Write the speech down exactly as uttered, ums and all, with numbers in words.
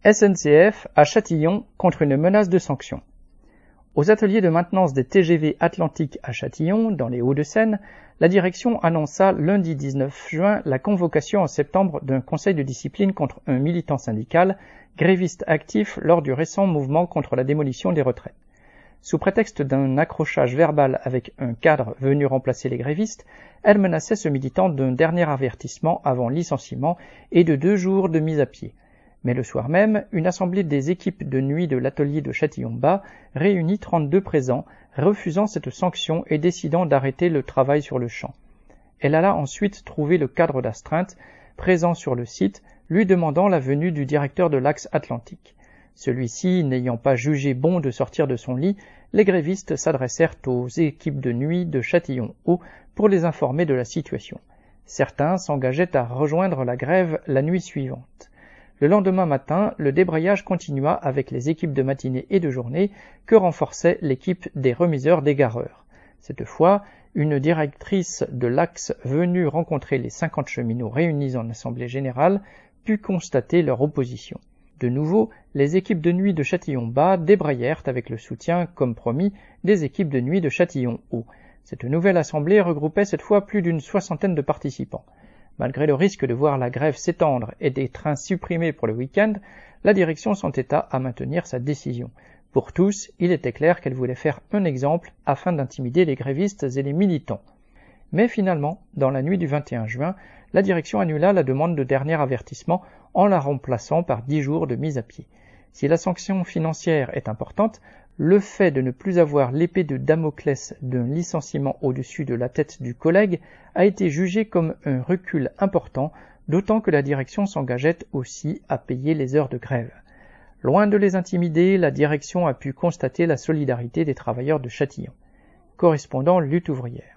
S N C F à Châtillon contre une menace de sanction. Aux ateliers de maintenance des T G V Atlantique à Châtillon, dans les Hauts-de-Seine, la direction annonça lundi dix-neuf juin la convocation en septembre d'un conseil de discipline contre un militant syndical, gréviste actif lors du récent mouvement contre la démolition des retraites. Sous prétexte d'un accrochage verbal avec un cadre venu remplacer les grévistes, elle menaçait ce militant d'un dernier avertissement avant licenciement et de deux jours de mise à pied. Mais le soir même, une assemblée des équipes de nuit de l'atelier de Châtillon-Bas réunit trente-deux présents, refusant cette sanction et décidant d'arrêter le travail sur le champ. Elle alla ensuite trouver le cadre d'astreinte, présent sur le site, lui demandant la venue du directeur de l'axe Atlantique. Celui-ci n'ayant pas jugé bon de sortir de son lit, les grévistes s'adressèrent aux équipes de nuit de Châtillon-Haut pour les informer de la situation. Certains s'engageaient à rejoindre la grève la nuit suivante. Le lendemain matin, le débrayage continua avec les équipes de matinée et de journée que renforçait l'équipe des remiseurs d'égareurs. Cette fois, une directrice de l'axe venue rencontrer les cinquante cheminots réunis en assemblée générale put constater leur opposition. De nouveau, les équipes de nuit de Châtillon-Bas débrayèrent avec le soutien, comme promis, des équipes de nuit de Châtillon-Haut. Cette nouvelle assemblée regroupait cette fois plus d'une soixantaine de participants. Malgré le risque de voir la grève s'étendre et des trains supprimés pour le week-end, la direction s'entêta à maintenir sa décision. Pour tous, il était clair qu'elle voulait faire un exemple afin d'intimider les grévistes et les militants. Mais finalement, dans la nuit du vingt et un juin, la direction annula la demande de dernier avertissement en la remplaçant par dix jours de mise à pied. Si la sanction financière est importante, le fait de ne plus avoir l'épée de Damoclès d'un licenciement au-dessus de la tête du collègue a été jugé comme un recul important, d'autant que la direction s'engageait aussi à payer les heures de grève. Loin de les intimider, la direction a pu constater la solidarité des travailleurs de Châtillon. Correspondant Lutte ouvrière.